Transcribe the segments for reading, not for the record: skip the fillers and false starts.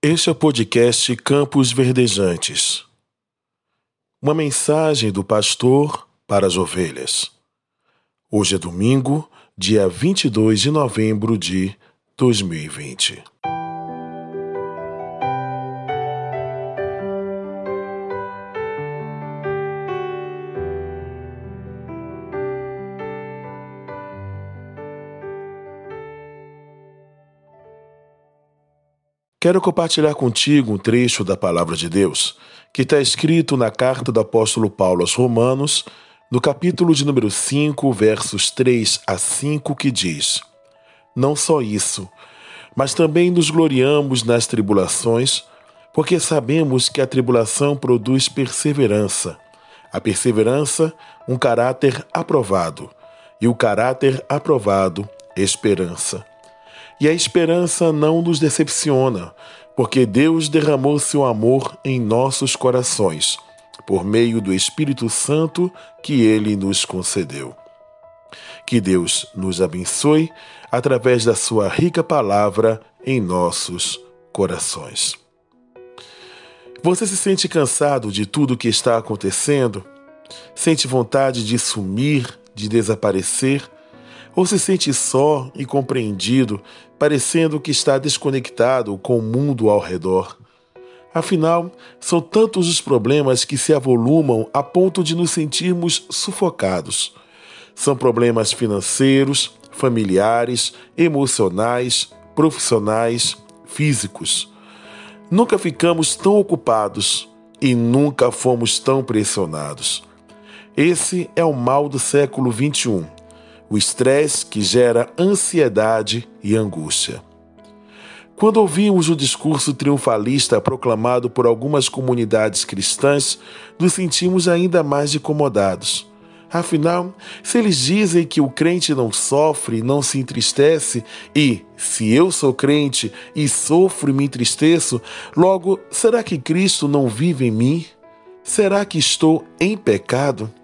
Este é o podcast Campos Verdejantes. Uma mensagem do pastor para as ovelhas. Hoje é domingo, dia 22 de novembro de 2020. Quero compartilhar contigo um trecho da Palavra de Deus que está escrito na carta do apóstolo Paulo aos Romanos, no capítulo de número 5, versos 3 a 5, que diz: Não só isso, mas também nos gloriamos nas tribulações, porque sabemos que a tribulação produz perseverança. A perseverança, um caráter aprovado, e o caráter aprovado, esperança. E a esperança não nos decepciona, porque Deus derramou seu amor em nossos corações, por meio do Espírito Santo que Ele nos concedeu. Que Deus nos abençoe através da sua rica palavra em nossos corações. Você se sente cansado de tudo o que está acontecendo? Sente vontade de sumir, de desaparecer? Ou se sente só e compreendido, parecendo que está desconectado com o mundo ao redor? Afinal, são tantos os problemas que se avolumam a ponto de nos sentirmos sufocados. São problemas financeiros, familiares, emocionais, profissionais, físicos. Nunca ficamos tão ocupados e nunca fomos tão pressionados. Esse é o mal do século XXI. O estresse que gera ansiedade e angústia. Quando ouvimos o discurso triunfalista proclamado por algumas comunidades cristãs, nos sentimos ainda mais incomodados. Afinal, se eles dizem que o crente não sofre, não se entristece, e, se eu sou crente e sofro e me entristeço, logo, será que Cristo não vive em mim? Será que estou em pecado?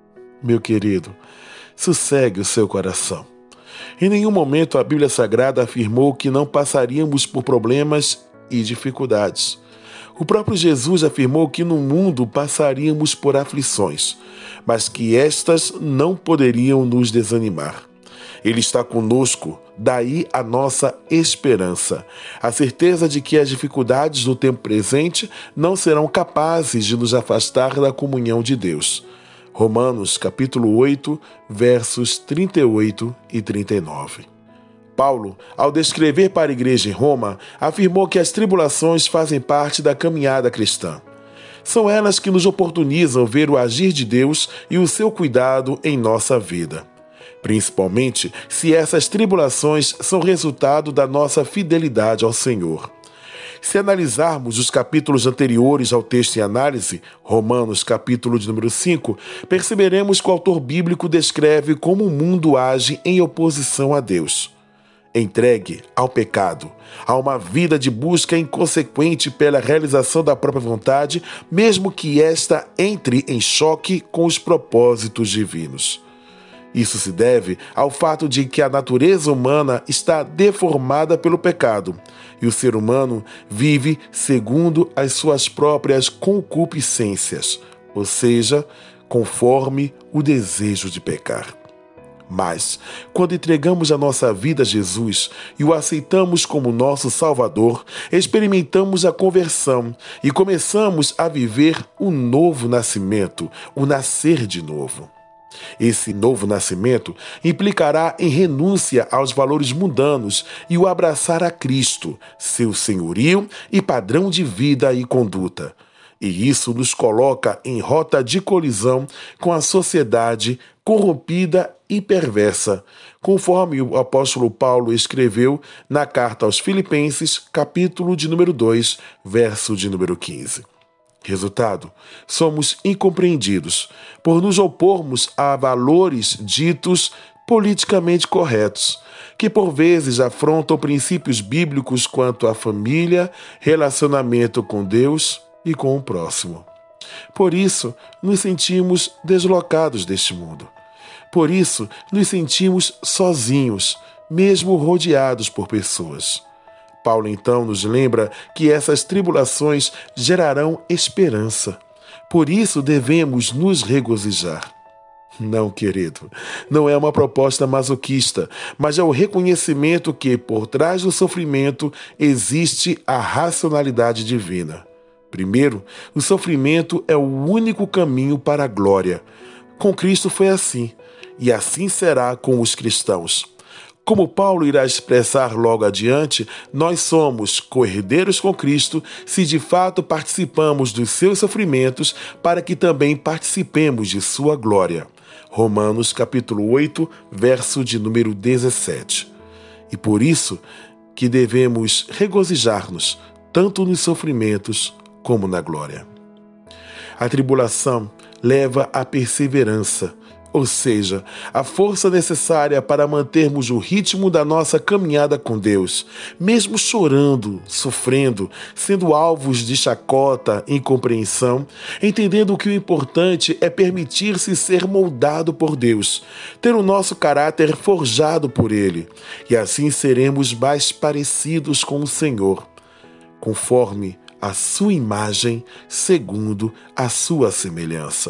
Meu querido, sossegue o seu coração. Em nenhum momento a Bíblia Sagrada afirmou que não passaríamos por problemas e dificuldades. O próprio Jesus afirmou que no mundo passaríamos por aflições, mas que estas não poderiam nos desanimar. Ele está conosco, daí a nossa esperança, a certeza de que as dificuldades do tempo presente não serão capazes de nos afastar da comunhão de Deus. Romanos capítulo 8, versos 38 e 39. Paulo, ao descrever para a igreja em Roma, afirmou que as tribulações fazem parte da caminhada cristã. São elas que nos oportunizam ver o agir de Deus e o seu cuidado em nossa vida. Principalmente se essas tribulações são resultado da nossa fidelidade ao Senhor. Se analisarmos os capítulos anteriores ao texto em análise, Romanos capítulo de número 5, perceberemos que o autor bíblico descreve como o mundo age em oposição a Deus. Entregue ao pecado, a uma vida de busca inconsequente pela realização da própria vontade, mesmo que esta entre em choque com os propósitos divinos. Isso se deve ao fato de que a natureza humana está deformada pelo pecado e o ser humano vive segundo as suas próprias concupiscências, ou seja, conforme o desejo de pecar. Mas, quando entregamos a nossa vida a Jesus e o aceitamos como nosso Salvador, experimentamos a conversão e começamos a viver o novo nascimento, o nascer de novo. Esse novo nascimento implicará em renúncia aos valores mundanos e o abraçar a Cristo, seu senhorio e padrão de vida e conduta. E isso nos coloca em rota de colisão com a sociedade corrompida e perversa, conforme o apóstolo Paulo escreveu na carta aos Filipenses, capítulo de número 2, verso de número 15. Resultado, somos incompreendidos por nos opormos a valores ditos politicamente corretos, que por vezes afrontam princípios bíblicos quanto à família, relacionamento com Deus e com o próximo. Por isso, nos sentimos deslocados deste mundo. Por isso, nos sentimos sozinhos, mesmo rodeados por pessoas. Paulo então nos lembra que essas tribulações gerarão esperança. Por isso devemos nos regozijar. Não, querido, não é uma proposta masoquista, mas é o reconhecimento que, por trás do sofrimento, existe a racionalidade divina. Primeiro, o sofrimento é o único caminho para a glória. Com Cristo foi assim, e assim será com os cristãos. Como Paulo irá expressar logo adiante, nós somos co-herdeiros com Cristo se de fato participamos dos seus sofrimentos para que também participemos de sua glória. Romanos capítulo 8, verso de número 17. E por isso que devemos regozijar-nos, tanto nos sofrimentos como na glória. A tribulação leva à perseverança, ou seja, a força necessária para mantermos o ritmo da nossa caminhada com Deus, mesmo chorando, sofrendo, sendo alvos de chacota, incompreensão, entendendo que o importante é permitir-se ser moldado por Deus, ter o nosso caráter forjado por Ele, e assim seremos mais parecidos com o Senhor, conforme a sua imagem, segundo a sua semelhança.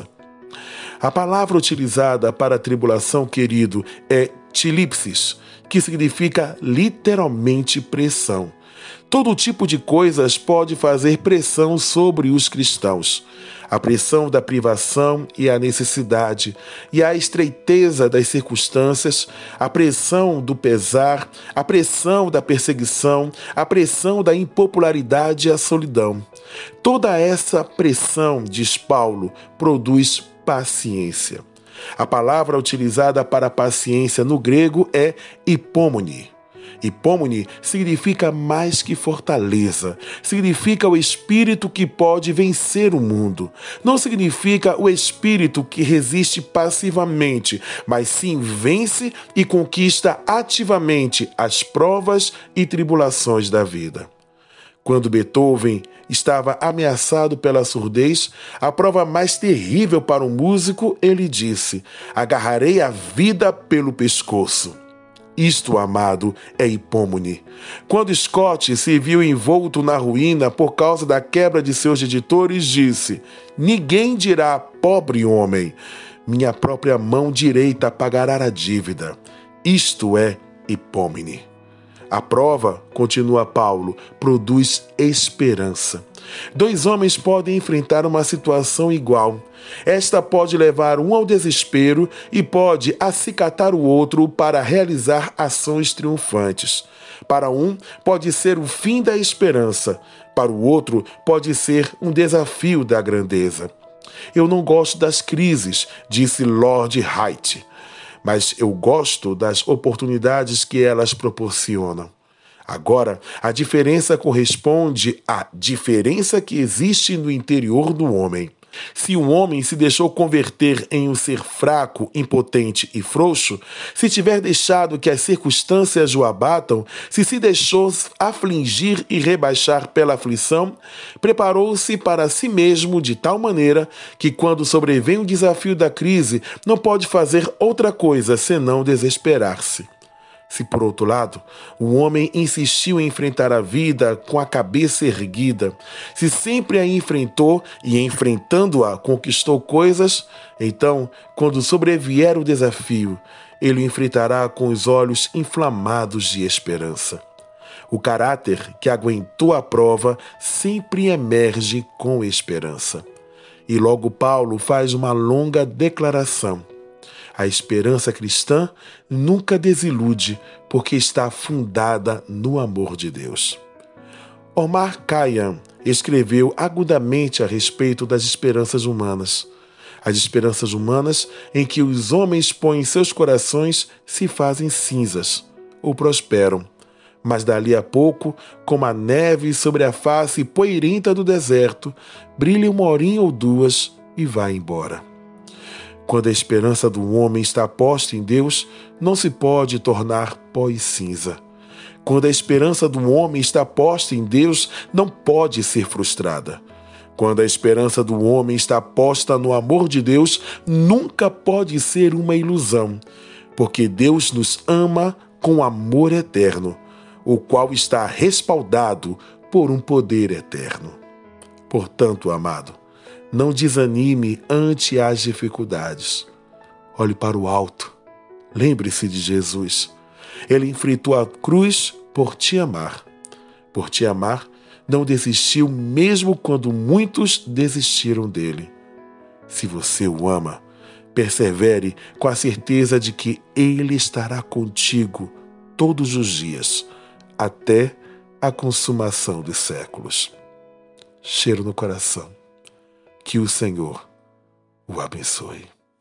A palavra utilizada para a tribulação, querido, é tilipsis, que significa literalmente pressão. Todo tipo de coisas pode fazer pressão sobre os cristãos. A pressão da privação e a necessidade, e a estreiteza das circunstâncias, a pressão do pesar, a pressão da perseguição, a pressão da impopularidade e a solidão. Toda essa pressão, diz Paulo, produz paciência. A palavra utilizada para paciência no grego é hipomone. Hipomone significa mais que fortaleza, significa o espírito que pode vencer o mundo. Não significa o espírito que resiste passivamente, mas sim vence e conquista ativamente as provas e tribulações da vida. Quando Beethoven estava ameaçado pela surdez, a prova mais terrível para um músico, ele disse: "Agarrarei a vida pelo pescoço." Isto, amado, é hipomone. Quando Scott se viu envolto na ruína por causa da quebra de seus editores, disse: "Ninguém dirá, pobre homem, minha própria mão direita pagará a dívida." Isto é hipomone. A prova, continua Paulo, produz esperança. Dois homens podem enfrentar uma situação igual. Esta pode levar um ao desespero e pode acicatar o outro para realizar ações triunfantes. Para um, pode ser o fim da esperança. Para o outro, pode ser um desafio da grandeza. "Eu não gosto das crises", disse Lord Haight, "mas eu gosto das oportunidades que elas proporcionam." Agora, a diferença corresponde à diferença que existe no interior do homem. Se um homem se deixou converter em um ser fraco, impotente e frouxo, se tiver deixado que as circunstâncias o abatam, se deixou afligir e rebaixar pela aflição, preparou-se para si mesmo de tal maneira que, quando sobrevém o desafio da crise, não pode fazer outra coisa senão desesperar-se. Se, por outro lado, o homem insistiu em enfrentar a vida com a cabeça erguida, se sempre a enfrentou e, enfrentando-a, conquistou coisas, então, quando sobrevier o desafio, ele o enfrentará com os olhos inflamados de esperança. O caráter que aguentou a prova sempre emerge com esperança. E logo Paulo faz uma longa declaração. A esperança cristã nunca desilude, porque está fundada no amor de Deus. Omar Khayyam escreveu agudamente a respeito das esperanças humanas. As esperanças humanas em que os homens põem seus corações se fazem cinzas ou prosperam, mas dali a pouco, como a neve sobre a face poeirenta do deserto, brilha uma horinha ou duas e vai embora. Quando a esperança do homem está posta em Deus, não se pode tornar pó e cinza. Quando a esperança do homem está posta em Deus, não pode ser frustrada. Quando a esperança do homem está posta no amor de Deus, nunca pode ser uma ilusão, porque Deus nos ama com amor eterno. o qual está respaldado por um poder eterno. Portanto, amado, não desanime ante as dificuldades. Olhe para o alto. Lembre-se de Jesus. Ele enfrentou a cruz por te amar. Por te amar, não desistiu mesmo quando muitos desistiram dele. Se você o ama, persevere com a certeza de que ele estará contigo todos os dias, até a consumação dos séculos. Cheiro no coração. Que o Senhor o abençoe.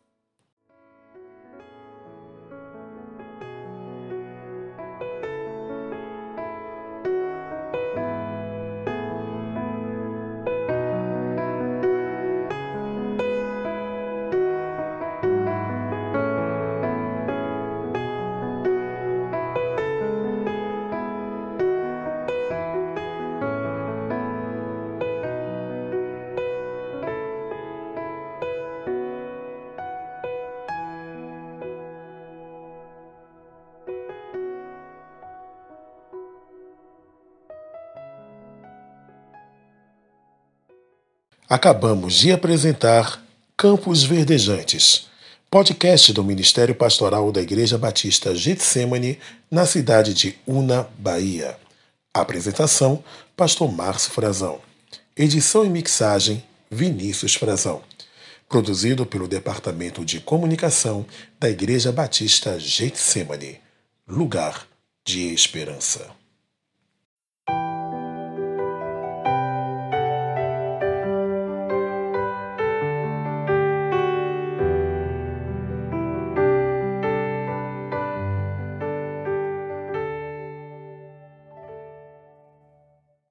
Acabamos de apresentar Campos Verdejantes, podcast do Ministério Pastoral da Igreja Batista Getsemane, na cidade de Una, Bahia. Apresentação, Pastor Márcio Frazão. Edição e mixagem, Vinícius Frazão. Produzido pelo Departamento de Comunicação da Igreja Batista Getsemane. Lugar de Esperança.